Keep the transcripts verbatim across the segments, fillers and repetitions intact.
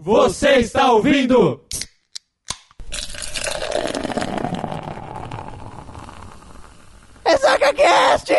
Você está ouvindo? RessacaCast!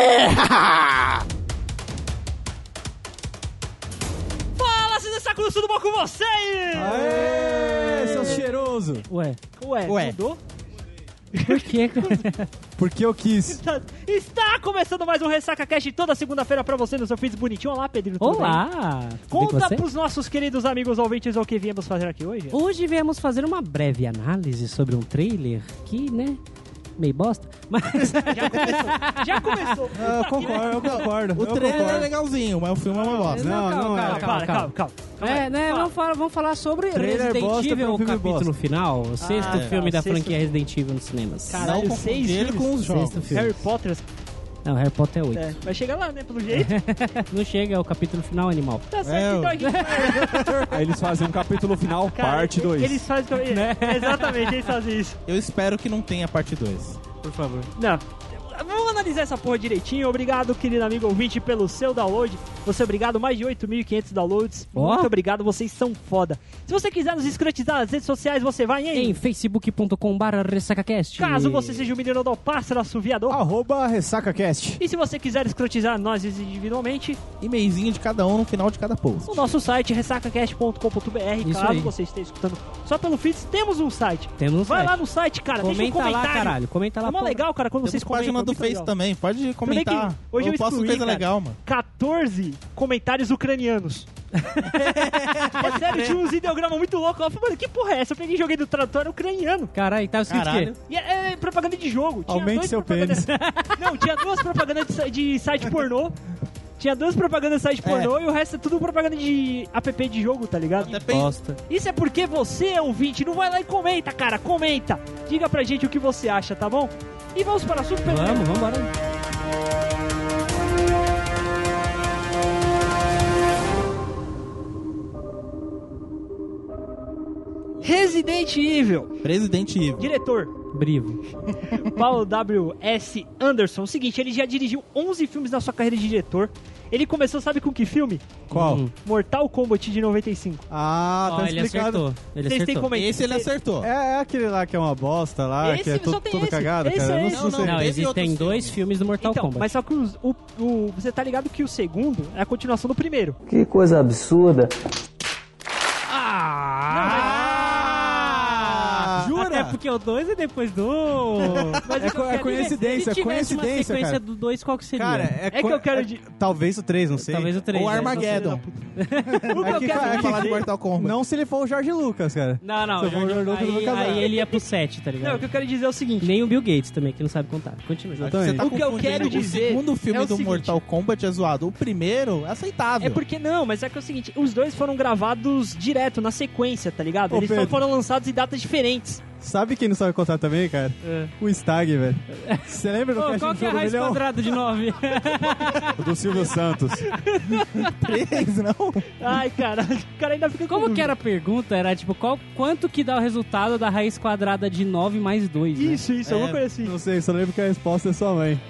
Fala, seus ressacos, tudo bom com vocês? Aê, seu cheiroso. Ué, Ué, Ué. mudou? por quê? Porque eu quis. Está, está começando mais um RessacaCast toda segunda-feira pra você no seu feed bonitinho. Olá, Pedrinho, tudo bem? Olá! Tudo bem com Conta você? pros nossos queridos amigos ouvintes o que viemos fazer aqui hoje. Hoje viemos fazer uma breve análise sobre um trailer que, né, meio bosta, mas... Já começou, já começou. Eu concordo, eu concordo. O eu trailer é concordo. legalzinho, mas o filme é uma bosta. Não, calma, não é. calma, Para, calma, calma, calma. É, né, Fala. vamos falar, vamos falar sobre Trailer Resident bosta Evil, pra um o filme capítulo bosta. final, o sexto Ah, filme é, da sexto franquia filme. Resident Evil nos cinemas. Caralho, Não seis confundir ele filmes. com os jogos. Sexto filme. Harry Potter. Não, Harry Potter é oito. É, vai chegar lá, né, pelo jeito. Não chega, é o capítulo final animal. Tá certo, É, então a gente vai... Aí eles fazem um capítulo final, Cara, parte dois. Eles fazem... Exatamente, eles fazem isso. Eu espero que não tenha parte dois. Por favor. Não, vamos analisar essa porra direitinho. Obrigado, querido amigo ouvinte, pelo seu download. Você, obrigado, mais de oito mil e quinhentos downloads. Ó. Muito obrigado, vocês são foda. Se você quiser nos escrotizar nas redes sociais, você vai em... Em facebook ponto com barra ressacacast. Caso você seja o menino do pássaro assoviador. Arroba RessacaCast. E se você quiser escrotizar nós individualmente, E-mailzinho de cada um no final de cada post. o nosso site ressacacast ponto com ponto b r. Isso Caso aí. você esteja escutando só pelo Feeds, temos um site. Temos um Vai site. lá no site, cara, deixa um Comenta lá, comentário. caralho. Comenta lá. É mó pô. legal, cara, quando vocês Temos página comentam. do muito Face legal. também, pode Tudo bem comentar. que hoje eu, eu posto excluí, coisa cara, legal, mano. quatorze comentários ucranianos. É sério, tinha uns ideogramas muito loucos. Eu falei, mano, que porra é essa? Eu peguei e joguei do tradutor ucraniano. Caralho, tá escrito o Caralho. quê? E é, é propaganda de jogo. Tinha Aumente dois seu propagandas- Não, tinha duas propagandas de, sa- de site pornô. Tinha duas propagandas de site pornô e o resto é tudo propaganda de app de jogo, tá ligado? Até pen- Bosta. Isso é porque você, ouvinte, não vai lá e comenta, cara. Comenta. Diga pra gente o que você acha, tá bom? E vamos para o assunto, Pedro. Vamos, vamos embora. Resident Evil. Resident Evil. Diretor, Brivo. Paul W S. Anderson. O seguinte, ele já dirigiu onze filmes na sua carreira de diretor. Ele começou, sabe com que filme? Qual? Hum. Mortal Kombat de noventa e cinco. Ah, Ó, tá ele explicado. acertou. Ele Vocês têm acertou. como é que- Esse ele acertou. É, é aquele lá que é uma bosta lá, Esse que é só tudo, tem tudo esse. cagado, Esse cara. é Eu esse. não, Não, sei. não. Não, Teve existem outros dois filmes. filmes do Mortal Então, Kombat. mas só que os- o, o- você tá ligado que o segundo é a continuação do primeiro. Que coisa absurda. Ah! Até porque o dois é depois do... Mas É o que co- eu é quero- coincidência, Se tivesse uma coincidência, sequência cara. do dois, qual que seria? Cara, é, É que co- eu quero é- de- Talvez o três, não sei. Talvez o três. Ou né? Armageddon. O que É eu que, quero é que- Falar de Mortal Kombat. Não se ele for o Jorge Lucas, cara. Não, não. Se eu for o Jorge Lucas, eu vou aí, casar. aí ele ia pro sete, tá Não, o ligado? que eu quero dizer é o seguinte. Nem o Bill Gates também, que não sabe contar. Continua. Acho que você tá O que eu confundindo. quero dizer O segundo filme é o do seguinte. Mortal Kombat é zoado. O primeiro é aceitável. É porque não, mas é que é o seguinte, os dois foram gravados direto, na sequência, tá ligado? Ô, Eles só Pedro. foram lançados em datas diferentes. Sabe quem não sabe contar também, cara? O Stag, velho. Você lembra do Ô, cast qual do que é a Jogo raiz Milhão? quadrada de nove? O do Silvio Santos. Três, não? Ai, cara, o cara ainda fica com Como que dúvida. era a pergunta? Era tipo, qual, quanto que dá o resultado da raiz quadrada de nove mais dois, né? Isso, isso, alguma É. coisa assim. Não sei, só lembro que a resposta é sua mãe.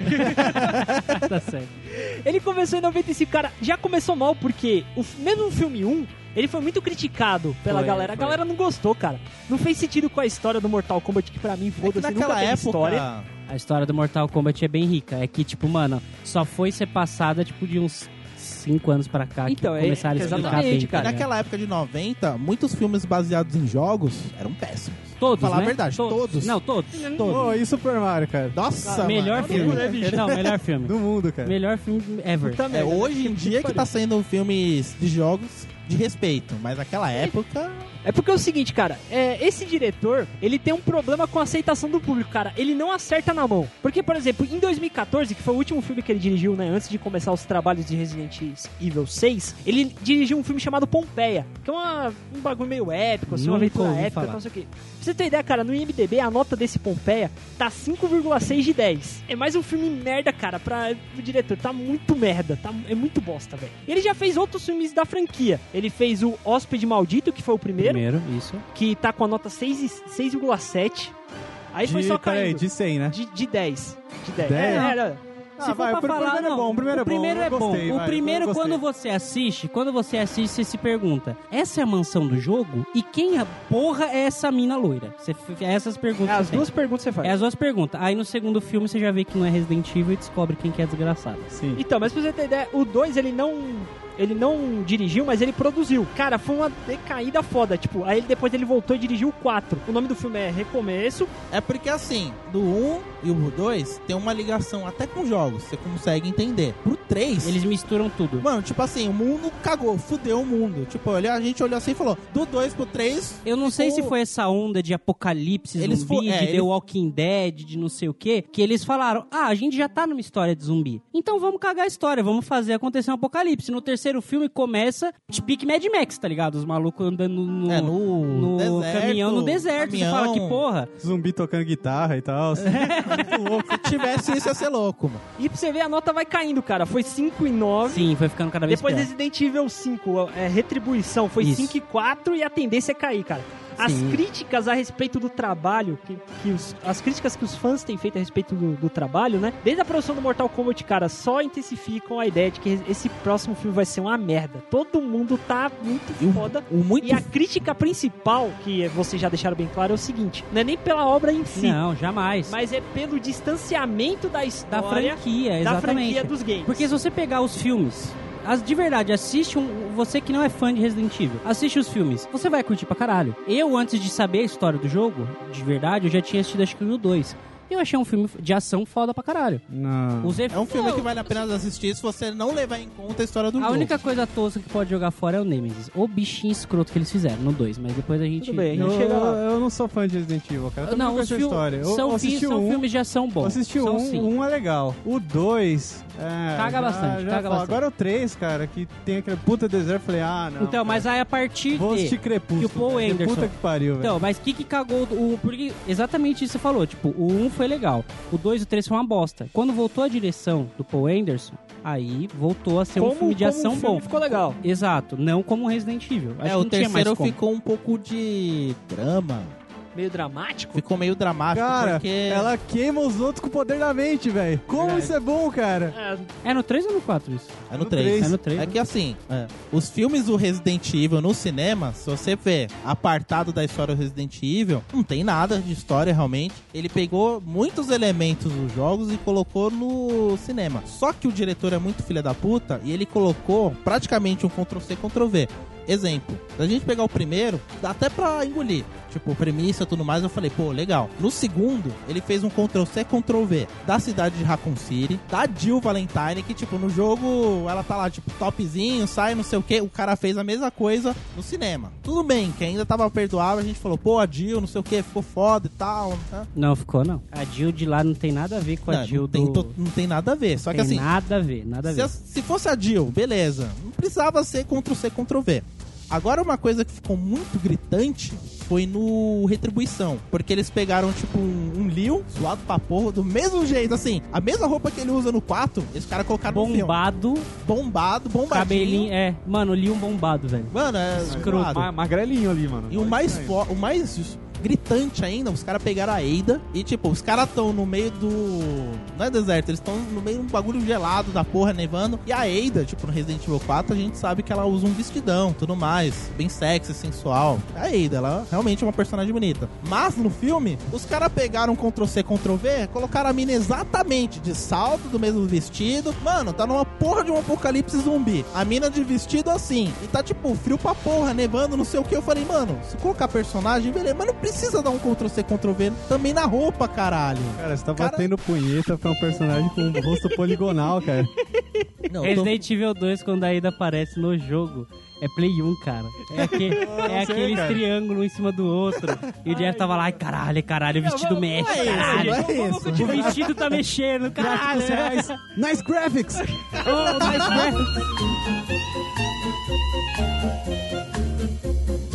Tá certo. Ele começou em noventa e cinco, cara, já começou mal, porque o, mesmo o filme um, ele foi muito criticado pela Foi, galera. A foi. galera não gostou, cara. Não fez sentido com a história do Mortal Kombat, que pra mim, É que foda-se, nunca naquela teve época... história. A história do Mortal Kombat é bem rica. É que, tipo, mano, só foi ser passada, tipo, de uns cinco anos pra cá Então, que é- começaram a explicar exatamente, bem. cara. tá ligado? Naquela época de noventa, muitos filmes baseados em jogos eram péssimos. Todos, Falar né? a verdade, todos. Não, todos. Ô, e Super Mario, cara? Nossa, melhor mano. filme. né, bicho? Não, melhor filme. Do mundo, cara. Melhor filme ever. Puta É, merda, hoje né? em dia que tá saindo filmes de jogos de respeito, mas naquela época... É porque é o seguinte, cara, é, esse diretor, ele tem um problema com a aceitação do público, cara. Ele não acerta na mão. Porque, por exemplo, em dois mil e quatorze, que foi o último filme que ele dirigiu, né, antes de começar os trabalhos de Resident Evil seis, ele dirigiu um filme chamado Pompeia, que é uma, um bagulho meio épico, assim, uma Nunca aventura ouvi épica, falar. tal, não sei o quê. Pra você ter ideia, cara, no I M D B, a nota desse Pompeia tá cinco vírgula seis de dez. É mais um filme merda, cara, pra o diretor. Tá muito merda, tá, é muito bosta, velho. Ele já fez outros filmes da franquia. Ele fez o Hóspede Maldito, que foi o primeiro, Primeiro, isso. que tá com a nota seis vírgula sete. Aí foi De, só peraí, caindo. de cem, né? De, de dez. De dez. dez? É, era. Ah, Se for vai, pra o pr- falar, primeiro é não, bom, o primeiro é o primeiro bom, é eu bom. gostei, O vai, primeiro, eu gostei. quando você assiste, quando você assiste, você se pergunta, essa é a mansão do jogo? E quem a porra é essa mina loira? Você, é essas perguntas É, que as você tem. duas perguntas você faz. É as duas perguntas. Aí no segundo filme você já vê que não é Resident Evil e descobre quem que é desgraçado. Sim. Então, mas pra você ter ideia, o dois ele não... Ele não dirigiu, mas ele produziu. Cara, foi uma decaída foda. Tipo, aí ele, depois ele voltou e dirigiu o quatro. O nome do filme é Recomeço. É porque assim, do um e o dois tem uma ligação até com jogos, você consegue entender. Pro três, Eles misturam tudo. mano, tipo assim, o mundo cagou, fudeu o mundo. Tipo, olha, a gente olhou assim e falou, do dois pro três... Eu não sei se foi essa onda de apocalipse Eles zumbi, fo- é, de The eles- Walking Dead, de não sei o quê, que eles falaram, ah, a gente já tá numa história de zumbi. Então vamos cagar a história, vamos fazer acontecer um apocalipse. No terceiro filme começa de pique Mad Max, tá ligado? Os malucos andando no, É, no no deserto, caminhão no deserto. caminhão. Você fala que porra. Zumbi tocando guitarra e tal. assim. Muito louco. Se tivesse isso, ia ser louco, mano. E pra você ver, a nota vai caindo, cara. Foi cinco e nove. Sim, foi ficando cada vez Depois pior. Resident Evil cinco, é, Retribuição, foi Isso. cinco e quatro e a tendência é cair, cara. As Sim. críticas a respeito do trabalho, que, que os, as críticas que os fãs têm feito a respeito do, do trabalho, né? Desde a produção do Mortal Kombat, cara, só intensificam a ideia de que esse próximo filme vai ser uma merda. Todo mundo tá muito E o- foda. o muito E a crítica principal, que vocês já deixaram bem claro, é o seguinte: não é nem pela obra em si, Não, jamais. mas é pelo distanciamento da Da história franquia, da exatamente. franquia dos games. Porque se você pegar os filmes, as, de verdade, assiste um. Você que não é fã de Resident Evil, assiste os filmes. Você vai curtir pra caralho. Eu, antes de saber a história do jogo, de verdade, eu já tinha assistido acho que o dois. Eu achei um filme de ação foda pra caralho. Não. Os efe- É um filme Não, que vale a pena assistir se você não levar em conta a história do A jogo. única coisa tosca que pode jogar fora é o Nemesis. O bichinho escroto que eles fizeram no dois, mas depois a gente... Tudo bem, a Eu, gente chega lá. eu não sou fã de Resident Evil, cara. Eu também Não, não os conheço a filmes história. Eu, são, eu fi- assisti são um, filmes de ação bons. eu assisti São um, sim. um é legal. O dois... É, Caga já- bastante, já caga falo. bastante. Agora o três, cara, que tem aquele puta deserto, eu falei, ah, não. Então, mas aí a partir Vou de... assistir Crepúsculo. que o Paul velho. Anderson- Puta que pariu, velho. Então, mas o que que cagou o... Porque exatamente isso que você falou. Tipo, o um foi legal. O dois e o três foi uma bosta. Quando voltou a direção do Paul Anderson, aí voltou a ser um Como- filme de como ação o filme bom. ficou legal. Exato. Não como Resident Evil. Acho É, que o não tinha mais terceiro como. ficou um pouco de drama. Meio dramático. Ficou meio dramático, Cara, porque... ela queima os outros com o poder da mente, velho. Como Verdade. isso é bom, cara? É, É no três ou no quatro isso? É no no três. três. É no três. É que assim, é, os filmes do Resident Evil no cinema, se você ver apartado da história do Resident Evil, não tem nada de história realmente. Ele pegou muitos elementos dos jogos e colocou no cinema. Só que o diretor é muito filha da puta e ele colocou praticamente um control C, control V. Exemplo, se a gente pegar o primeiro, dá até pra engolir. Tipo, premissa e tudo mais, eu falei, pô, legal. No segundo, ele fez um control C, control V da cidade de Raccoon City, da Jill Valentine, que, tipo, no jogo, ela tá lá, tipo, topzinho, sai, não sei o que. O cara fez a mesma coisa no cinema. Tudo bem, que ainda tava perdoável, a gente falou, pô, a Jill, não sei o que, ficou foda e tal. Né? Não, ficou não. A Jill de lá não tem nada a ver com a Não, Jill não, tem, do... to- não tem nada a ver. Só que tem assim, nada a ver, nada a se, ver. a- se fosse a Jill, beleza. Não precisava ser control C, control V. Agora, uma coisa que ficou muito gritante foi no Retribuição. Porque eles pegaram, tipo, um, um Leon, suado pra porra, do mesmo jeito, assim. A mesma roupa que ele usa no quatro, esse cara colocaram no filme. Bombado, Bombado, bombadinho. cabelinho... É, mano, li um bombado, velho. Mano, é Escroto. zoado. Ma- magrelinho ali, mano. E o mais, fo- o mais gritante ainda, os caras pegaram a Ada e, tipo, os caras estão no meio do... Não é deserto, eles estão no meio de um bagulho gelado da porra, nevando. E a Ada, tipo, no Resident Evil quatro, a gente sabe que ela usa um vestidão, tudo mais. Bem sexy, sensual. A Ada, ela realmente é uma personagem bonita. Mas, no filme, os caras pegaram control C, control V, colocaram a mina exatamente de salto, do mesmo vestido. Mano, tá numa porra de um apocalipse zumbi. A mina de vestido assim. E tá, tipo, frio pra porra, nevando, não sei o que. Eu falei, mano, se colocar personagem, beleza. Mas não precisa dar um control C, control V também na roupa, caralho. Cara, você tá Cara- batendo punheta pra um personagem com um rosto poligonal, cara. Não, eu tô- Resident Evil dois, quando a Ada aparece no jogo, é Play um, cara. É, aque- é sei, aquele cara. triângulo um em cima do outro. E o Jeff tava lá, ai caralho, caralho, o vestido vamos- mexe, não é isso, caralho. não é Vamos isso. continuar. O vestido tá mexendo, caralho. Gráficos reais. Nice graphics! Oh, nice graphics.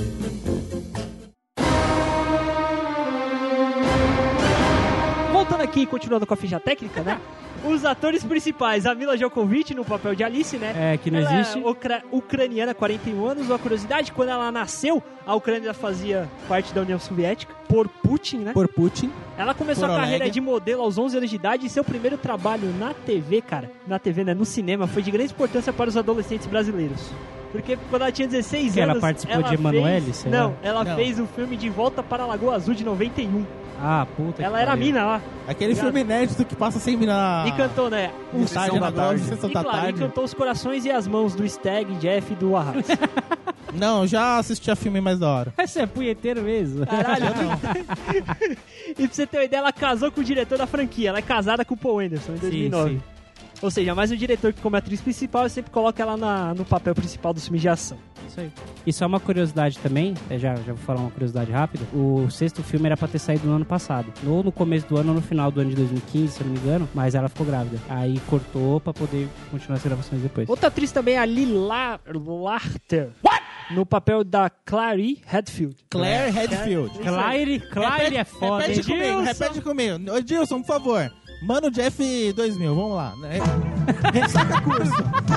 Voltando aqui aqui, continuando com a ficha técnica, né? Os atores principais, a Mila Djokovic no papel de Alice, né? É, que não ela existe. É ucra- ucraniana, quarenta e um anos. Uma curiosidade, quando ela nasceu, a Ucrânia fazia parte da União Soviética, por Putin, né? Por Putin. Ela começou Por a carreira Oleg. de modelo aos onze anos de idade e seu primeiro trabalho na T V, cara, na T V, né, no cinema, foi de grande importância para os adolescentes brasileiros. Porque quando ela tinha dezesseis Que ela anos... participou de Emanuele, fez... sei Não, lá? ela Não. fez o filme De Volta para a Lagoa Azul de noventa e um. Ah, puta Ela que era a pariu. mina lá. Aquele Obrigado. filme inédito que passa sempre na... E cantou, né? De tarde na Globo, Sessão E da claro, e Tarde. cantou Os Corações e as Mãos do Stag, Jeff e do Arras. Não, já assisti a filme mais da hora. Esse é punheteiro mesmo. Caralho. E pra você ter uma ideia, ela casou com o diretor da franquia. Ela é casada com o Paul Anderson em dois mil e nove. Sim, sim. Ou seja, mais um diretor que, como atriz principal, eu sempre coloco ela na, no papel principal dos filmes de ação. Isso aí. E só uma curiosidade também, é, já, já vou falar uma curiosidade rápida. O sexto filme era pra ter saído no ano passado. Ou no começo do ano, ou no final do ano de dois mil e quinze, se eu não me engano. Mas ela ficou grávida. Aí cortou pra poder continuar as gravações depois. Outra atriz também é a Lila Larter. No papel da Clary Redfield. Claire Redfield. Claire, Claire é foda, Repete hein? comigo, Dilson. repete comigo. Ô, Dilson, por favor. Mano Jeff dois mil, vamos lá. Ressaca curso.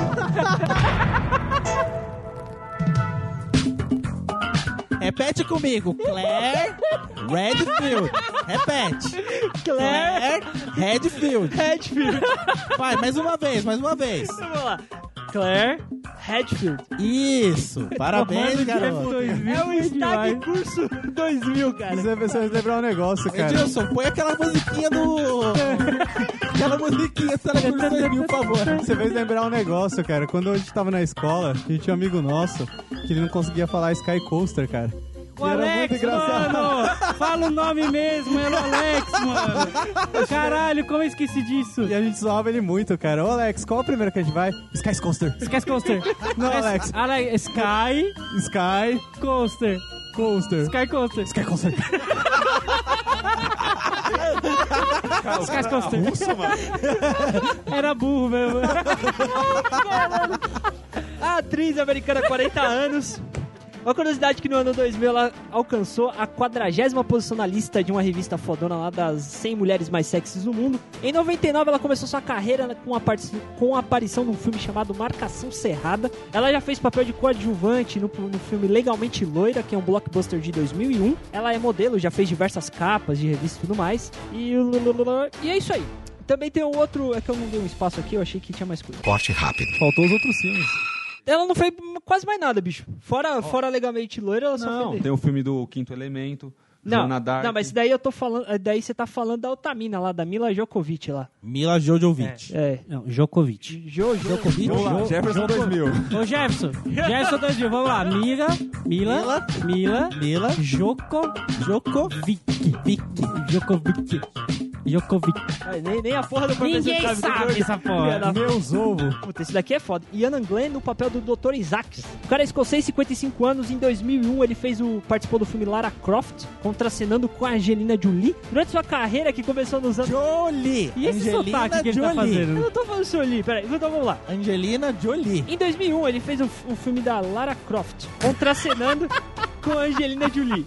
Repete comigo. Claire Redfield. Repete. Claire Redfield. Redfield. Vai, mais uma vez, mais uma vez. Vamos lá. Claire Redfield. Isso. Parabéns, garoto. É o Stag Curso dois mil, cara. Você você vai lembrar um negócio, cara. Edilson, põe aquela musiquinha do... aquela musiquinha do Telecurso dois mil, por favor. Você fez lembrar um negócio, cara. Quando a gente tava na escola, a gente tinha um amigo nosso que ele não conseguia falar Sky Coaster, cara. O E era Alex, muito engraçado. mano! Fala o nome mesmo, é o Alex, mano! Caralho, como eu esqueci disso? E a gente zoava ele muito, cara. Ô, Alex, qual a primeira que a gente vai? Sky Coaster. Esquece Coaster. Não, Alex. Alex, Sky Sky Coaster. Coaster. Sky Coaster. Sky Coaster. Sky Coaster. Era burro mesmo. A atriz americana, quarenta anos. Uma curiosidade que no ano dois mil ela alcançou a quadragésima posição na lista de uma revista fodona lá das cem mulheres mais sexys do mundo. Em noventa e nove ela começou sua carreira com a, part... com a aparição num filme chamado Marcação Cerrada. Ela já fez papel de coadjuvante no, no filme Legalmente Loira, que é um blockbuster de dois mil e um. Ela é modelo, já fez diversas capas de revista e tudo mais. E, e é isso aí. Também tem um outro, é que eu não dei um espaço aqui, eu achei que tinha mais coisa. Corte rápido. Faltou os outros filmes. Ela não fez quase mais nada, bicho. Fora, fora Legalmente Loira, ela só Não, fez... tem o filme do Quinto Elemento, Não, Joana Dark. não, mas daí eu tô falando, daí você tá falando da outra mina lá, da Mila Djokovic lá. Mila Jojovic. É. Não, Djokovic. Jo, jo, Djokovic? Vamos lá, Jefferson dois mil. Ô, Jefferson. Jefferson dois mil, vamos lá. Mila, Mila, Mila, Mila Djoko, Jokovic. Vic. Djokovic. Djokovic. É, nem, nem a porra do professor Ninguém sabe, sabe doido. essa porra. Filha da- Meus ovos. Puta, esse daqui é foda. Ian Glenn no papel do doutor Isaacs. O cara é escocês, cinquenta e cinco anos. Em dois mil e um ele fez o, participou do filme Lara Croft, contracenando com a Angelina Jolie. Durante sua carreira, que começou nos anos... Jolie. E esse Angelina sotaque que ele tá Jolie. Eu fazendo? não tô falando Jolie, peraí, então vamos lá. Angelina Jolie. Em dois mil e um ele fez o, o filme da Lara Croft, contracenando com a Angelina Jolie.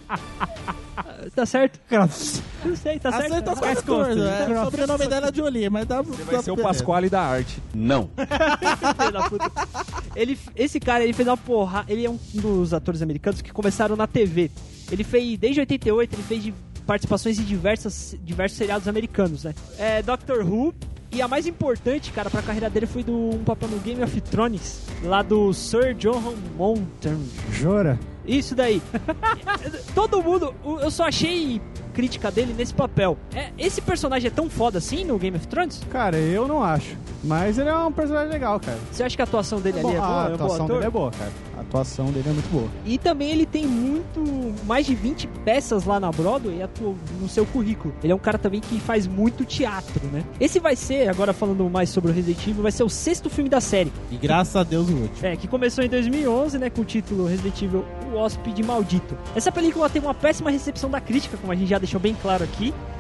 Tá certo? Não sei, tá certo? Aceita as Tá quatro coisas. É, o sobrenome dela é Jolie, mas dá... Você vai ser o Pasquale da arte. Não. Filho da puta. Ele, esse cara, ele fez uma porra. Ele é um dos atores americanos que começaram na T V. Ele fez, desde oitenta e oito, ele fez de participações em diversas, diversos seriados americanos, né? É, Doctor Who. E a mais importante, cara, pra carreira dele foi do um papel no Game of Thrones, lá do Sir John Mountain. Jura? Isso daí. Todo mundo... Eu só achei crítica dele nesse papel. É, esse personagem é tão foda assim no Game of Thrones? Cara, eu não acho. Mas ele é um personagem legal, cara. Você acha que a atuação dele ali é Bom, boa? a É um bom atuação ator? dele é boa, cara. A atuação dele é muito boa. E também ele tem muito, mais de vinte peças lá na Broadway atu- no seu currículo. Ele é um cara também que faz muito teatro, né? Esse vai ser, agora falando mais sobre o Resident Evil, vai ser o sexto filme da série. E graças a Deus o último. É, que começou em dois mil e onze, né, com o título Resident Evil, o Hóspede Maldito. Essa película tem uma péssima recepção da crítica, como a gente já deixou bem claro aqui.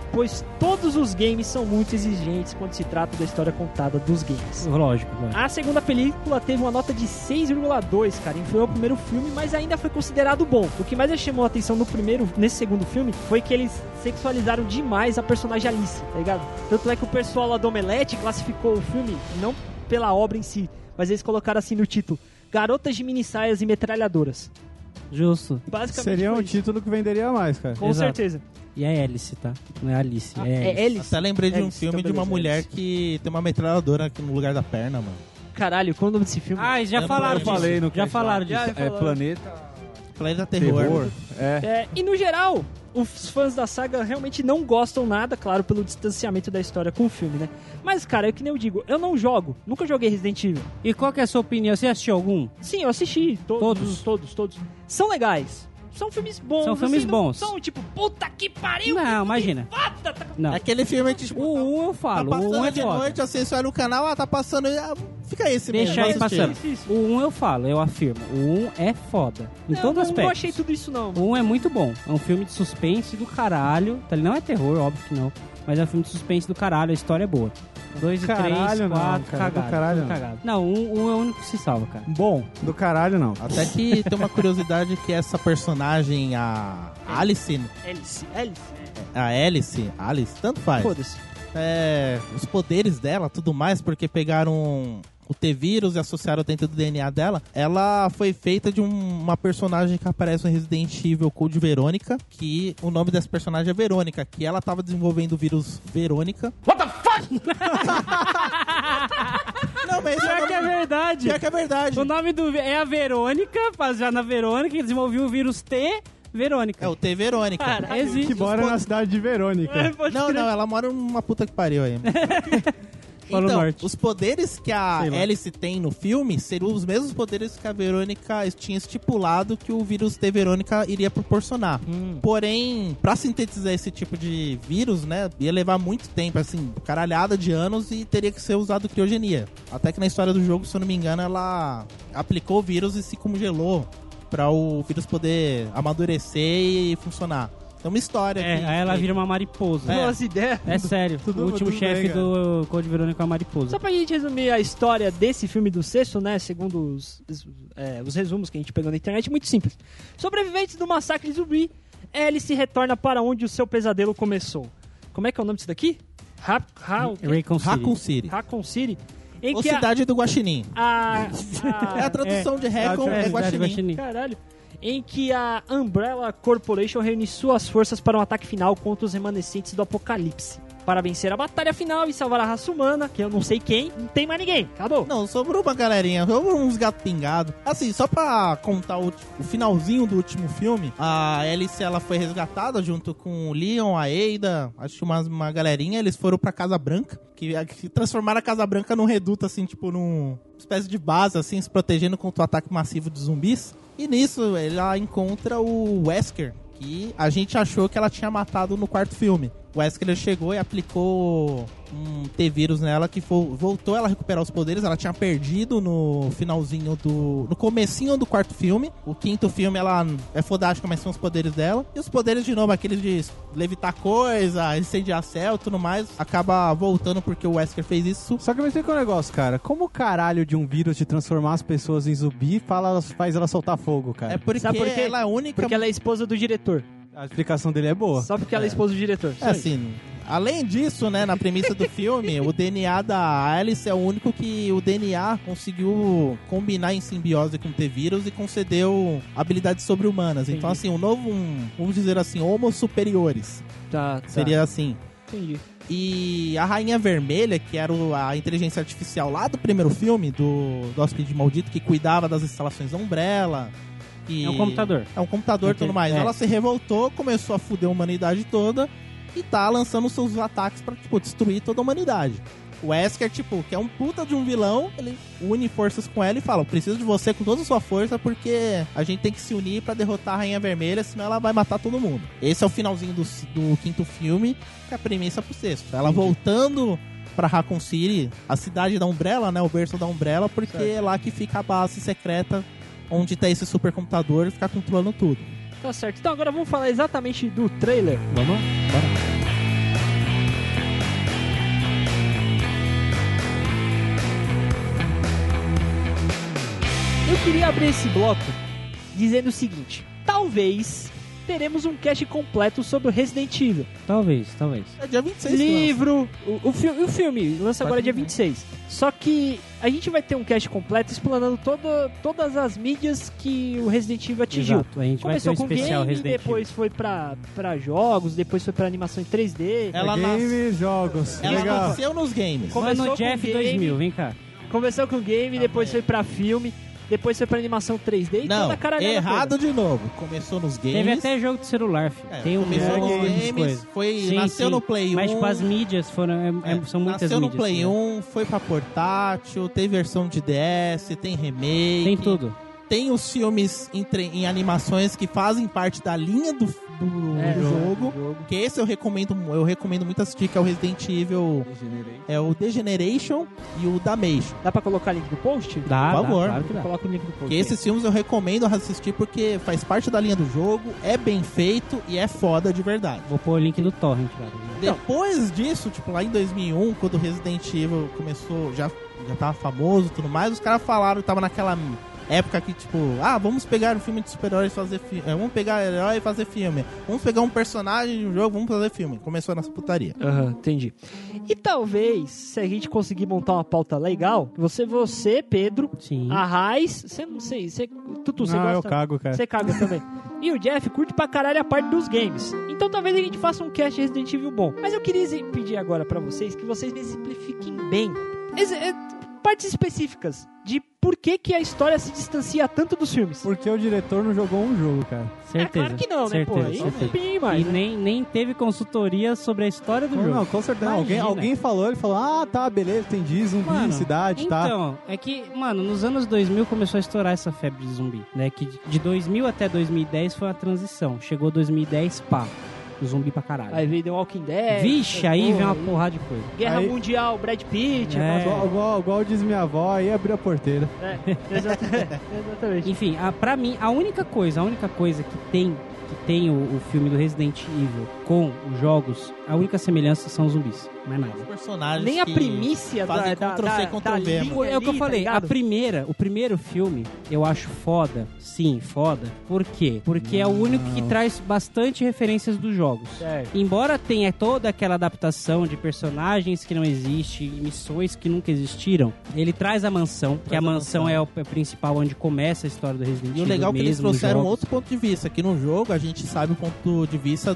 pois todos os games são muito exigentes quando se trata da história contada dos games. Lógico, lógico. A segunda película teve uma nota de seis vírgula dois, cara, influiu o primeiro filme, mas ainda foi considerado bom. O que mais chamou a atenção no primeiro, nesse segundo filme, foi que eles sexualizaram demais a personagem Alice, tá ligado? Tanto é que o pessoal lá do Omelete classificou o filme não pela obra em si, mas eles colocaram assim no título: Garotas de Minissaias e Metralhadoras. Justo. Basicamente Seria um foi isso. título que venderia mais, cara. Com Exato. certeza. E é Alice, tá? Não é Alice, Ah, é Alice. é Alice. Até lembrei de um Alice, filme então de uma beleza, mulher Alice. que tem uma metralhadora aqui no lugar da perna, mano. Caralho, qual é o nome desse filme? Ah, já Eu falaram Eu disso. falei no Já cast falaram lá. disso. Já É falaram. Planeta Planeta Terror. Terror. É. É, e no geral, os fãs da saga realmente não gostam nada, claro, pelo distanciamento da história com o filme, né? Mas, cara, é que nem eu digo, eu não jogo, nunca joguei Resident Evil. E qual que é a sua opinião? Você assistiu algum? Sim, eu assisti, todos, Todos? todos, todos. São legais. São filmes bons. São filmes assim, não bons. São tipo, puta que pariu. Não, que filme imagina. foda, tá- Não. Aquele filme que, tipo, O um eu tá falo, o um passando é de foda. noite, assim, você olha no canal, ah, tá passando, ah, fica esse Deixa mesmo. aí vou assistir. passando. Isso, isso. O um eu falo, eu afirmo. O um é foda. Em Não, todo não, aspecto. não achei tudo isso, não. O um é muito bom. É um filme de suspense do caralho. Ele não é terror, óbvio que não. Mas é um filme de suspense do caralho, a história é boa. Dois e Caralho, três, não, quatro, cara, do cagado. caralho tudo não. cagado. Não, um, um é o único que se salva, cara. Bom, do caralho não. Até que tem uma curiosidade que essa personagem, a Alice, Alice, Alice. a Alice, Alice, tanto faz. Foda-se. É, os poderes dela, tudo mais, porque pegaram o T-Vírus e associaram dentro do D N A dela. Ela foi feita de um- uma personagem que aparece no Resident Evil Code Verônica, que o nome dessa personagem é Verônica, que ela tava desenvolvendo o vírus Verônica. What the fuck? Não, mas esse é o Pior que é nome- verdade. Pior que é verdade. O nome do é a Verônica, baseado na Verônica, que desenvolveu o vírus T Verônica. É o T Verônica. Caralho. Existe. Que mora na cidade de Verônica. Pode Não, crer. não, ela mora numa puta que pariu aí. Polo Então, Norte. os poderes que a Sei lá. Alice tem no filme seriam os mesmos poderes que a Verônica tinha estipulado que o vírus T Verônica iria proporcionar. Hum. Porém, pra sintetizar esse tipo de vírus, né, ia levar muito tempo, assim, caralhada de anos e teria que ser usado criogenia. Até que na história do jogo, se eu não me engano, ela aplicou o vírus e se congelou pra o vírus poder amadurecer e funcionar. É uma história. É, que- aí ela que- vira uma mariposa. É. Nossa ideia. É sério. Tudo- o último tudo chefe bem, cara. do Code Verônica é uma mariposa. Só pra gente resumir a história desse filme do sexto, né? Segundo os, é, os resumos que a gente pegou na internet, muito simples. Sobreviventes do massacre de zumbi, Alice retorna para onde o seu pesadelo começou. Como é que é o nome disso daqui? Ra Ra Raycon City. Raccoon City. Raccoon City. Em Ou que a, cidade do Guaxinim. a, É a tradução de Raccoon, É, é, Cidade Guaxinim. Guaxinim. Caralho. Em que a Umbrella Corporation reúne suas forças para um ataque final contra os remanescentes do Apocalipse. Para vencer a batalha final e salvar a raça humana, que eu não sei quem, não tem mais ninguém. Acabou. Não, sobrou uma galerinha, sobrou uns gatos pingados. Assim, só pra contar o, o finalzinho do último filme, a Alice, ela foi resgatada junto com o Leon, a Ada, acho que uma, uma galerinha, eles foram pra Casa Branca, que, que transformaram a Casa Branca num reduto, assim, tipo, num espécie de base, assim, se protegendo contra o ataque massivo de zumbis. E nisso, ela encontra o Wesker, que a gente achou que ela tinha matado no quarto filme. O Wesker chegou e aplicou um T-Vírus nela que vo- voltou ela a recuperar os poderes. Ela tinha perdido no finalzinho do... no comecinho do quarto filme. O quinto filme, ela é fodástica, mas são os poderes dela. E os poderes, de novo, aqueles de levitar coisa, incendiar céu e tudo mais, acaba voltando porque o Wesker fez isso. Só que eu me explica um negócio, cara. Como o caralho de um vírus de transformar as pessoas em zumbi fala, faz ela soltar fogo, cara? É porque, Sabe por quê? ela é a única... Porque ela é esposa do diretor. A explicação dele é boa. Só porque ela é esposa do diretor. É assim, além disso, né, na premissa do filme, o D N A da Alice é o único que o D N A conseguiu combinar em simbiose com o T-Vírus e concedeu habilidades sobre-humanas. Então, assim, um novo, um, vamos dizer assim, homo superiores. Tá, tá. Seria assim. Entendi. E a Rainha Vermelha, que era o- a inteligência artificial lá do primeiro filme, do, do Hóspede Maldito, que cuidava das instalações da Umbrella. que- É um computador. É um computador e Ok, tudo mais. é. Ela se revoltou, começou a fuder a humanidade toda e tá lançando seus ataques pra, tipo, destruir toda a humanidade. O Wesker, tipo, que é um puta de um vilão, ele une forças com ela e fala: preciso de você com toda a sua força porque a gente tem que se unir pra derrotar a Rainha Vermelha, senão ela vai matar todo mundo. Esse é o finalzinho do, do quinto filme, que é a premissa pro sexto. Ela voltando pra Raccoon City, a cidade da Umbrella, né, o berço da Umbrella, porque é lá que fica a base secreta onde tá esse supercomputador e ficar controlando tudo. Tá certo. Então agora vamos falar exatamente do trailer. Vamos? Bora. queria abrir esse bloco dizendo o seguinte: talvez teremos um cast completo sobre o Resident Evil. Talvez, talvez. É dia vinte e seis. Livro, o, o, fi- o filme lança agora dia vinte e seis. Só que a gente vai ter um cast completo explanando todo, todas as mídias que o Resident Evil atingiu. Exato, a gente Começou vai ter um com especial game, Resident depois Evil. foi pra, pra jogos, depois foi pra animação em três D. Ela Game, jogos. Ela Legal. nasceu nos games. Começou Mano, com Jeff game. dois mil, vem cá. Começou com game, depois foi pra filme, depois foi pra animação três D e Não, toda a caralhada errado toda. de novo. Começou nos games. Teve até jogo de celular, filho. É, Tem um começou monte nos de games, coisa. foi, Sim, nasceu sim. no Play um. Mas, tipo, as mídias foram, é- é- É, são muitas nasceu mídias. no Play né? um, foi pra portátil, tem versão de D S, tem remake. Tem tudo. Tem os filmes em, tre- em animações que fazem parte da linha do, do É, jogo. Que esse eu recomendo, eu recomendo muito assistir, que é o Resident Evil. É o Degeneration e o Damnation. Dá pra colocar link no post? Dá, Por dá, favor. claro que dá. Coloca o link no post. Que esses filmes eu recomendo assistir porque faz parte da linha do jogo, é bem feito e é foda de verdade. Vou pôr o link do Torrent, cara. Depois disso, tipo, lá em dois mil e um, quando o Resident Evil começou, já, já tava famoso e tudo mais, os caras falaram, tava naquela época que, tipo, ah, vamos pegar um filme de super-heróis e fazer filme. Vamos pegar herói e fazer filme. Vamos pegar um personagem de um jogo, vamos fazer filme. Começou nessa putaria. Aham, entendi. E talvez, se a gente conseguir montar uma pauta legal, você, você, Pedro, Sim. a Raiz, você não sei, você, Tutu, você Não, gosta? eu cago, cara. Você caga também. E o Jeff curte pra caralho a parte dos games. Então talvez a gente faça um cast Resident Evil bom. Mas eu queria pedir agora pra vocês que vocês me exemplifiquem bem ex- é, partes específicas de por que, que a história se distancia tanto dos filmes. Porque o diretor não jogou um jogo, cara. É Certeza. claro que não, né, certeza, pô? Aí certeza. eu pedi demais, E né? nem, nem teve consultoria sobre a história do Não, jogo. não, com certeza. Alguém, Imagina. alguém falou, ele falou, ah, tá, beleza, entendi, zumbi, Mano, cidade, tá. Então, é que, mano, nos anos dois mil começou a estourar essa febre de zumbi, né? Que de dois mil até dois mil e dez foi uma transição. Chegou dois mil e dez, pá, zumbi pra caralho. Aí veio The Walking Dead. Vixe, essa aí porra vem uma aí. porrada de coisa. Guerra Aí- Mundial, Brad Pitt. É. aquelas- Igual, igual, igual diz minha avó, aí abriu a porteira. É, exatamente. exatamente. Enfim, a, pra mim, a única coisa, a única coisa que tem, que tem o, o filme do Resident Evil com os jogos, a única semelhança são os zumbis, mais nada. Os personagens Nem a que primícia da, fazem da, Ctrl+C, da, Ctrl+V, da mano. linha É o que eu ali, tá falei, a ligado? primeira, o primeiro filme eu acho foda, sim, foda. Por quê? Porque é o único que traz bastante referências dos jogos. Certo. Embora tenha toda aquela adaptação de personagens que não existem, e missões que nunca existiram, ele traz a mansão, que Traz a a mansão, mansão. é o é principal onde começa a história do Resident E Evil. o legal é que eles mesmo, nos trouxeram jogos. outro ponto de vista. Aqui no jogo a gente sabe o ponto de vista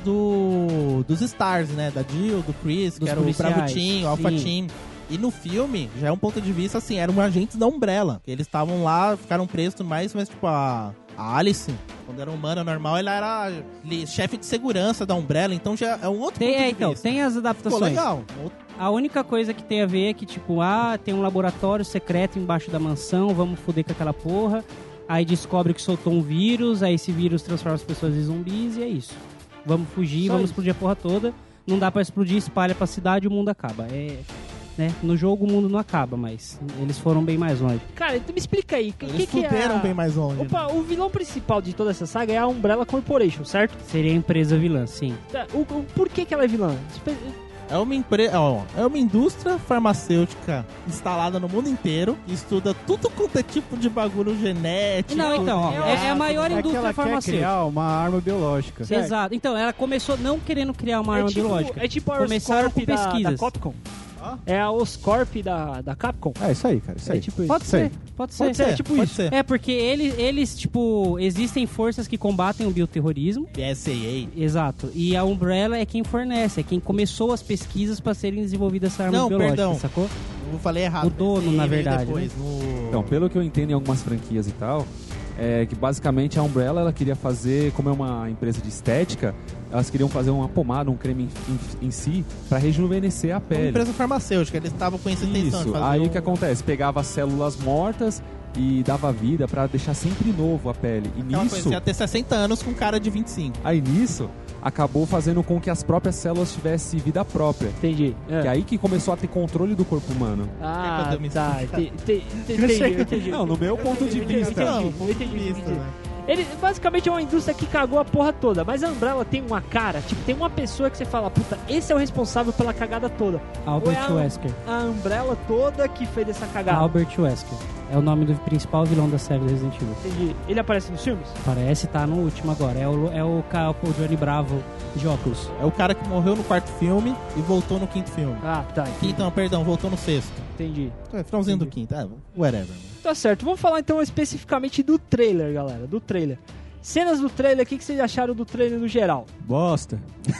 do dos Stars, né? Da Jill, do Chris, Dos que era o policiais, Bravo Team, o Alpha sim. Team. E no filme, já é um ponto de vista assim, eram agentes da Umbrella. Eles estavam lá, ficaram presos e tudo mais, mas tipo, a, a Alice, quando era humana normal, ela era li- chefe de segurança da Umbrella, então já é um outro Tem, ponto é, de então, vista. tem as Ficou adaptações. legal. A única coisa que tem a ver é que, tipo, ah, tem um laboratório secreto embaixo da mansão, vamos foder com aquela porra. Aí descobre que soltou um vírus, aí esse vírus transforma as pessoas em zumbis e é isso. Vamos fugir, Só vamos isso. explodir a porra toda. Não dá pra explodir, espalha pra cidade e o mundo acaba. É, né? No jogo o mundo não acaba, mas eles foram bem mais longe. Cara, então me explica aí. O que, Eles que é fuderam a... bem mais longe. né? Opa, o vilão principal de toda essa saga é a Umbrella Corporation, certo? Seria a empresa vilã, sim. Tá, O, o, por que, que ela é vilã? Espe- É uma empresa, ó, é uma indústria farmacêutica instalada no mundo inteiro, que estuda tudo quanto é tipo de bagulho genético. Não, então, ó, é, é a maior É que indústria ela quer farmacêutica. criar uma arma biológica. Certo. Exato. Então, ela começou não querendo criar uma arma é tipo, biológica. É tipo a Começaram Oscorp com da, da pesquisas. Capcom. Ah? É a Oscorp da, da Capcom. É isso aí, cara, isso aí. É tipo isso. Pode Isso aí. ser, pode ser. Pode ser, é tipo pode isso. ser. É, porque eles, eles, tipo, existem forças que combatem o bioterrorismo. B S A A. Exato. E a Umbrella é quem fornece, é quem começou as pesquisas para serem desenvolvidas essas armas Não, biológicas, perdão. sacou? Eu falei errado. O dono, B S A A na veio verdade, Depois, no... Então, pelo que eu entendo em algumas franquias e tal, é que basicamente a Umbrella ela queria fazer, como é uma empresa de estética, elas queriam fazer uma pomada, um creme em, em, em si, pra rejuvenescer a uma pele. empresa farmacêutica, eles estavam com essa intenção de Isso, fazer aí um... o que acontece? Pegava as células mortas e dava vida pra deixar sempre novo a pele. E Aquela coisa, nisso, você ia ter sessenta anos com cara de vinte e cinco. aí nisso, acabou fazendo com que as próprias células tivessem vida própria. Entendi. É. Que é aí que começou a ter controle do corpo humano. Ah, Quer que eu dê uma tá. explicada? Ente- ente- Entendi, entendi. Não, no meu ponto de Entendi, vista. entendi, Não, ponto de entendi, vista, entendi. né? Ele basicamente é uma indústria que cagou a porra toda. Mas a Umbrella tem uma cara, tipo, tem uma pessoa que você fala, puta, esse é o responsável pela cagada toda. Albert Ou é a, Wesker. a Umbrella toda que fez essa cagada. Albert Wesker. É o nome do principal vilão da série do Resident Evil. Entendi. Ele aparece nos filmes? Parece tá no último agora. É o, é o, ca- o Johnny Bravo de óculos. É o cara que morreu no quarto filme e voltou no quinto filme. Ah, tá. Entendi. Quinto, não, perdão, voltou no sexto. entendi. É, finalzinho do quinto. É, whatever. Tá certo. Vamos falar então especificamente do trailer, galera. Do trailer. Cenas do trailer, o que, que vocês acharam do trailer no geral? Bosta.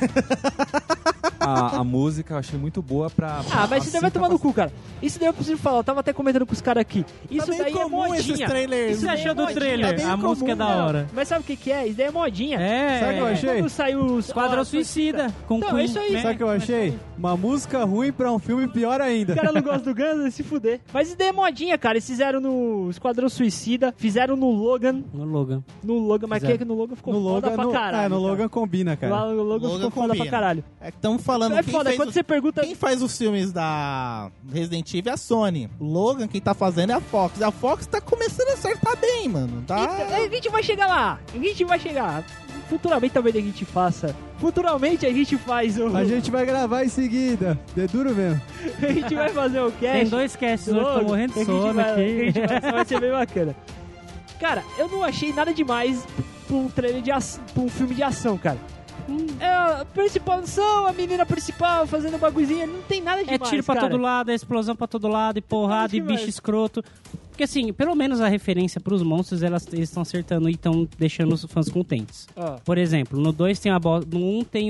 A, a música eu achei muito boa pra... Ah, mas isso daí vai assim, tomar no pra- cu, cara. Isso daí eu preciso falar. Eu tava até comentando com os caras aqui. Isso Tá daí bem é comum esses modinha. trailers. Isso Você daí achou é do modinha. trailer? É bem A música é da Não, hora. Mas sabe o que que é? Isso daí é modinha. É. Sabe o que eu achei? Quando saiu os... Esquadrão ó, Suicida. Com Não, Queen, é isso aí. né? Sabe o que eu achei? Uma música ruim pra um filme pior ainda. O cara não gosta do Guns, se fuder. Mas isso daí é modinha, cara. Eles fizeram no Esquadrão Suicida, fizeram no Logan. No Logan. No Logan, mas Fizeram. que no Logan ficou No foda Logan, pra no, caralho. é, no cara. Logan combina, cara. Lá no Logan, Logan ficou foda combina. pra caralho. É que estamos falando... É quem foda, fez quando os- você pergunta... Quem faz os filmes da Resident Evil é a Sony. O Logan, quem tá fazendo é a Fox. A Fox tá começando a acertar bem, mano. Tá... Então, a gente vai chegar lá. A gente vai chegar. Futuramente talvez a gente faça. Futuramente a gente faz o... A gente vai gravar em seguida. É duro mesmo. a gente vai fazer o cast. Tem dois casts hoje, Logo, tô morrendo que a de gente sono vai- que a aqui. gente vai- Isso vai ser bem bacana. Cara, eu não achei nada demais pra um trailer de ação, pra um filme de ação, cara. É a principal ação, a menina principal fazendo bagulhozinho, não tem nada É demais, tiro pra cara. todo lado, é explosão pra todo lado, e porrada, e demais. bicho escroto. Porque assim, pelo menos a referência pros monstros, elas, eles estão acertando e estão deixando os fãs contentes. Ó, Por exemplo, no dois tem a bo... no um tem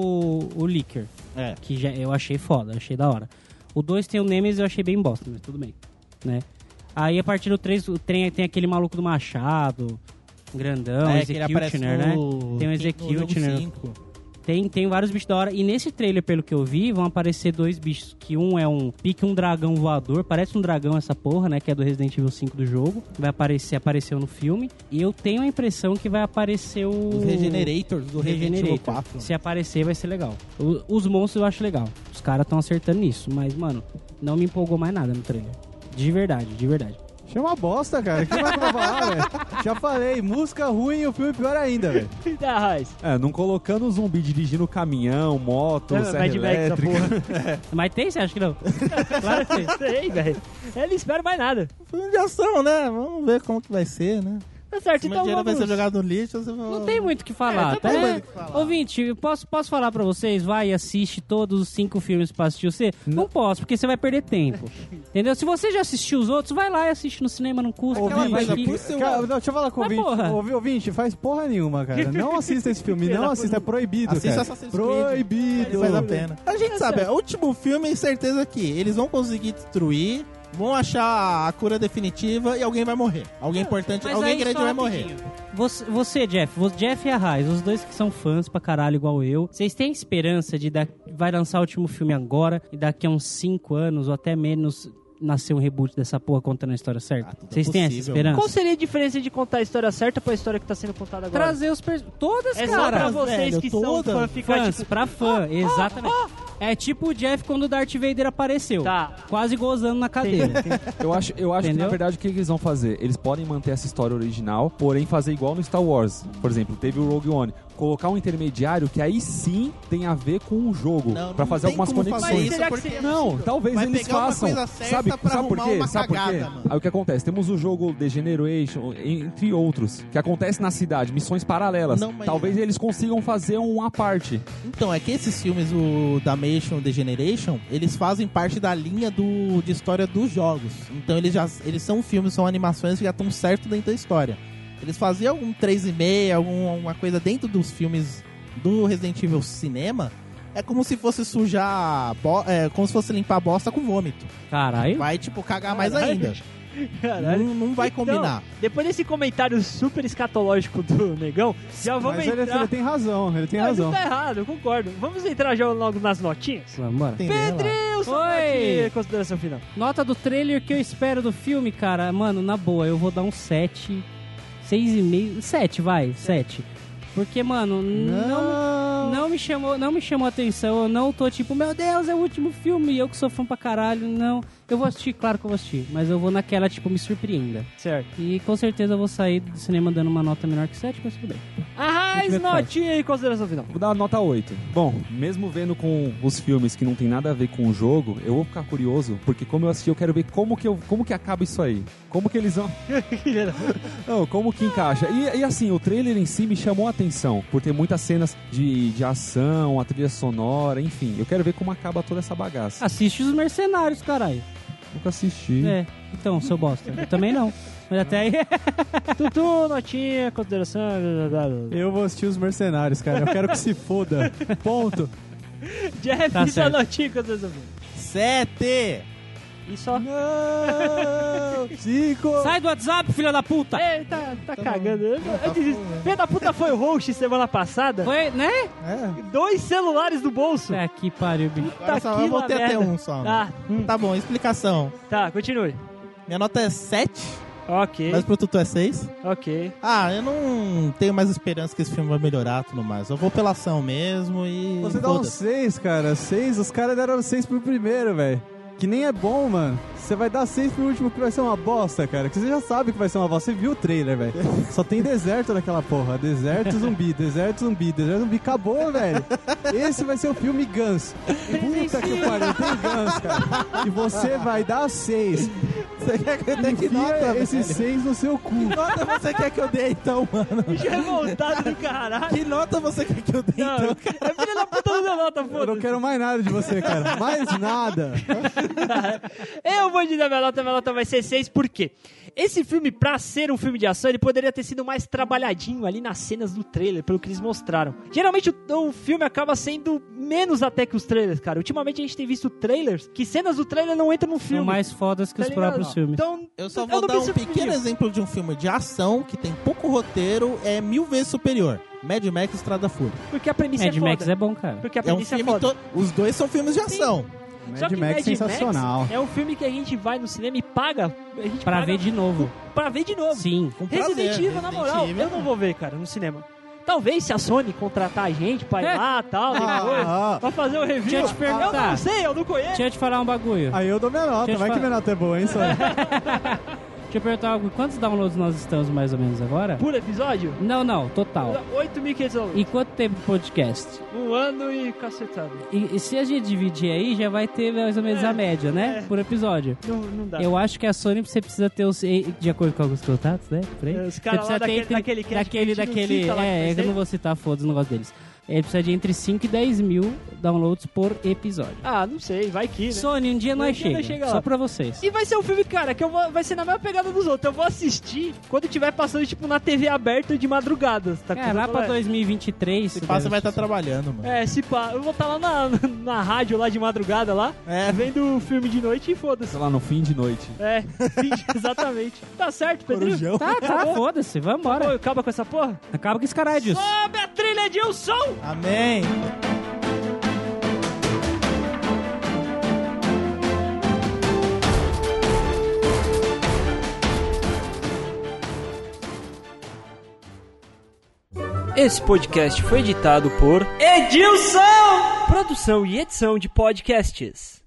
o, o Licker, É. que já, eu achei foda, achei da hora. O dois tem o Nemesis, eu achei bem bosta, mas tudo bem, né? Aí a partir do três o trem tem aquele maluco do machado, grandão, É, que ele aparece Executioner, né? no... Tem o no jogo Executioner. cinco. Tem, tem vários bichos da hora. E nesse trailer, pelo que eu vi, vão aparecer dois bichos. Que um é um pique um dragão voador. Parece um dragão essa porra, né? Que é do Resident Evil cinco do jogo. Vai aparecer, apareceu no filme. E eu tenho a impressão que vai aparecer o... Os Regenerators do Resident Evil Regenerator. quatro. Se aparecer, vai ser legal. O- os monstros eu acho legal. Os caras estão acertando nisso. Mas, mano, não me empolgou mais nada no trailer. De verdade, de verdade. Chama bosta, cara. O que mais que eu vou falar, velho? Já falei, música ruim e o filme pior ainda, velho. da raiz. É, não colocando o zumbi dirigindo caminhão, moto, É, serra Mad Max, essa elétrica. porra. Mas tem, você acha que não? Claro que tem. Sei, velho. Ele espera mais nada. Filme de ação, né? Vamos ver como que vai ser, né? Tá certo, Se meu então dinheiro vai vamos... ser jogado no lixo, você vai... Não tem muito o que falar, É, tá? não tem É, muito o que falar. Ouvinte, posso, posso falar pra vocês? Vai e assiste todos os cinco filmes pra assistir você? Não, posso, porque você vai perder tempo. Entendeu? Se você já assistiu os outros, vai lá e assiste no cinema, não custa. Aquela Vai coisa, aqui. por seu- Cara, não, deixa eu falar com o Mas, ouvinte. porra. Ouvi- Ouvinte, faz porra nenhuma, cara. Não assista esse filme, não assista. É proibido, Assista cara. Assassin's Creed. Proibido. Vale a pena. A gente sabe, é o último filme, certeza que eles vão conseguir destruir, vão achar a cura definitiva e alguém vai morrer. Alguém importante, Mas alguém aí, grande só vai morrer. rapidinho. Você, você, Jeff, você, Jeff e a Raiz, os dois que são fãs pra caralho igual eu, vocês têm esperança de dar, vai lançar o último filme agora e daqui a uns cinco anos ou até menos nascer um reboot dessa porra contando a história certa? Ah, tudo é Vocês têm essa possível, esperança? Qual seria a diferença de contar a história certa pra história que tá sendo contada agora? Trazer os pers... Todas, É só cara. pra vocês velho, que são toda. fã ficar Fãs, tipo... pra fã, exatamente. É tipo o Jeff quando o Darth Vader apareceu. Tá. Quase gozando na cadeira. Eu acho, eu acho que, Entendeu? na verdade, o que eles vão fazer? Eles podem manter essa história original, porém fazer igual no Star Wars. Por exemplo, teve o Rogue One. Colocar um intermediário que aí sim tem a ver com o jogo. Não, pra não fazer tem algumas como conexões. fazer isso, Será que porque seria Não, possível? talvez Vai eles pegar uma façam. coisa certa sabe, pra sabe por arrumar quê? uma Sabe por quê? cagada, mano. Aí o que acontece? Temos o jogo The Generation, entre outros, que acontece na cidade, missões paralelas. Não, mas- Talvez eles consigam fazer uma parte. Então, é que esses filmes, o Damnation, The Generation, eles fazem parte da linha do, de história dos jogos. Então, eles já eles são filmes, são animações que já estão certo dentro da história. Eles faziam algum três e meio, alguma coisa dentro dos filmes do Resident Evil cinema, é como se fosse sujar, bo- é, como se fosse limpar bosta com vômito. Caralho. Vai, tipo, cagar mais Caralho. ainda. Caralho. Não, não vai Então, combinar. depois desse comentário super escatológico do Negão, já vamos Mas ele, entrar... ele tem razão, ele tem Não, razão. Não tá errado, eu concordo. Vamos entrar já logo nas notinhas? Vamos embora. Entendeu? lá? Pedrinho, sua Oi. notinha, consideração final. Nota do trailer que eu espero do filme, cara. Mano, na boa, eu vou dar um sete. seis e meio. sete, vai, sete. Porque, mano, não. Não me chamou, não me chamou atenção. Eu não tô tipo, meu Deus, é o último filme. E eu que sou fã pra caralho. Não. Eu vou assistir, claro que eu vou assistir. Mas eu vou naquela, tipo, me surpreenda. Certo. E com certeza eu vou sair do cinema dando uma nota menor que sete, mas tudo bem. Arraiz, notinha e consideração final. Vou dar uma nota oito. Bom, mesmo vendo com os filmes que não tem nada a ver com o jogo, eu vou ficar curioso, porque como eu assisti, eu quero ver como que, eu, como que acaba isso aí. Como que eles vão... Não, como que encaixa. E, e assim, o trailer em si me chamou a atenção, por ter muitas cenas de, de ação, a trilha sonora, enfim. Eu quero ver como acaba toda essa bagaça. Assiste Os Mercenários, caralho. Nunca assisti. É, então, seu bosta. Eu também não. Mas até aí... Tutu, notinha, consideração... Eu vou assistir Os Mercenários, cara. Eu quero que se foda. Ponto. Jeff, Tá sua certo. notinha, consideração final. Sete! E só... Não! Cinco! Sai do WhatsApp, filha da puta! Ei, tá, tá cagando. Antes disso, filho da puta foi o host semana passada. Foi, né? É. Dois celulares no bolso. É, que pariu, bicho. Agora só que eu voltei lá até merda. um só. Ah, hum. Tá bom, explicação. Tá, continue. Minha nota é sete, Ok, mas pro Tutu é seis. ok. Ah, eu não tenho mais esperança que esse filme vai melhorar tudo mais. Eu vou pela ação mesmo e... Você dá um foda-se. seis, cara. Seis, os caras deram seis pro primeiro, velho. Que nem é bom, mano. Você vai dar seis pro último que vai ser uma bosta, cara. Que você já sabe que vai ser uma bosta. Você viu o trailer, velho. Só tem deserto naquela porra. Deserto zumbi, deserto zumbi, deserto zumbi. Acabou, velho. Esse vai ser o filme Guns. Puta que pariu, tem Guns, cara. E você vai dar seis. Você quer que eu dê que nota, Enfia esse velho? seis no seu cu. Que nota você quer que eu dê então, mano? Bicho revoltado do caralho. Que nota você quer que eu dê Não, então? é filha da puta não deu nota, Eu não foda-se. quero mais nada de você, cara. Mais nada. Eu vou dizer minha nota, minha nota vai ser seis, por quê? Esse filme, pra ser um filme de ação, ele poderia ter sido mais trabalhadinho ali nas cenas do trailer, pelo que eles mostraram. Geralmente o, o filme acaba sendo menos até que os trailers, cara. Ultimamente a gente tem visto trailers que cenas do trailer não entram no filme. São mais fodas que Tá os ligado? próprios filmes. Então, Eu só eu vou não dar me um surpreendi. pequeno exemplo de um filme de ação que tem pouco roteiro, é mil vezes superior. Mad Max Estrada Fúria. Porque a premissa Mad é foda. Max é bom, cara. Porque a É um premissa é, filme... foda. to- Os dois são filmes de ação. Só Mad que Max sensacional. Max é um filme que a gente vai no cinema e paga. A gente Pra paga ver de novo. Pra ver de novo. Sim. Com prazer. Resident Evil, na Resident moral, Evil. eu não vou ver, cara, no cinema. Talvez se a Sony contratar a gente pra ir É. lá e tal, depois, Ah, pra fazer o review. Deixa eu te perguntar. Eu não sei, eu não conheço. Deixa eu te falar um bagulho. Aí eu dou minha nota. Deixa eu Vai te que falar. minha nota é boa, hein, Sônia? Deixa eu perguntar algo. Quantos downloads nós estamos mais ou menos agora? Por episódio? Não, não. Total. oito mil e quinhentos alunos. E quanto tempo de podcast? Um ano e cacetado. E, e se a gente dividir aí, já vai ter mais ou menos É, a média, né? é. Por episódio. Não, não dá. Eu acho que a Sony você precisa ter os. De acuerdo com alguns contatos, né? Por aí. É, os Você caras lá precisa ter daquele- daquele entre- cast que a daquele, gente não daquele. cita lá que É, vai é que eu ser. não vou citar, foda-se o negócio deles. Ele precisa de entre cinco e dez mil downloads por episódio. Ah, não sei, vai que, né? Sony, um dia Um nós dia chega. nós chega lá. Só pra vocês. E vai ser um filme, cara, que eu vou, vai ser na mesma pegada dos outros. Eu vou assistir quando tiver passando, tipo, na T V aberta de madrugada. Tá É, entendendo, lá pra galera? dois mil e vinte e três. Se passa, vai estar trabalhando, mano. É, se pá, eu vou estar lá na, na rádio, lá de madrugada, lá, É. vendo o filme de noite e foda-se. Sei lá, no fim de noite. É, sim, exatamente. Tá certo, Pedrinho? Corujão. Tá, tá, foda-se, Pô, vambora. acaba com essa porra? Acaba com esse caralho disso. Sobe a trilha de um som! Amém. Esse podcast foi editado por Edilson! Produção e edição de podcasts.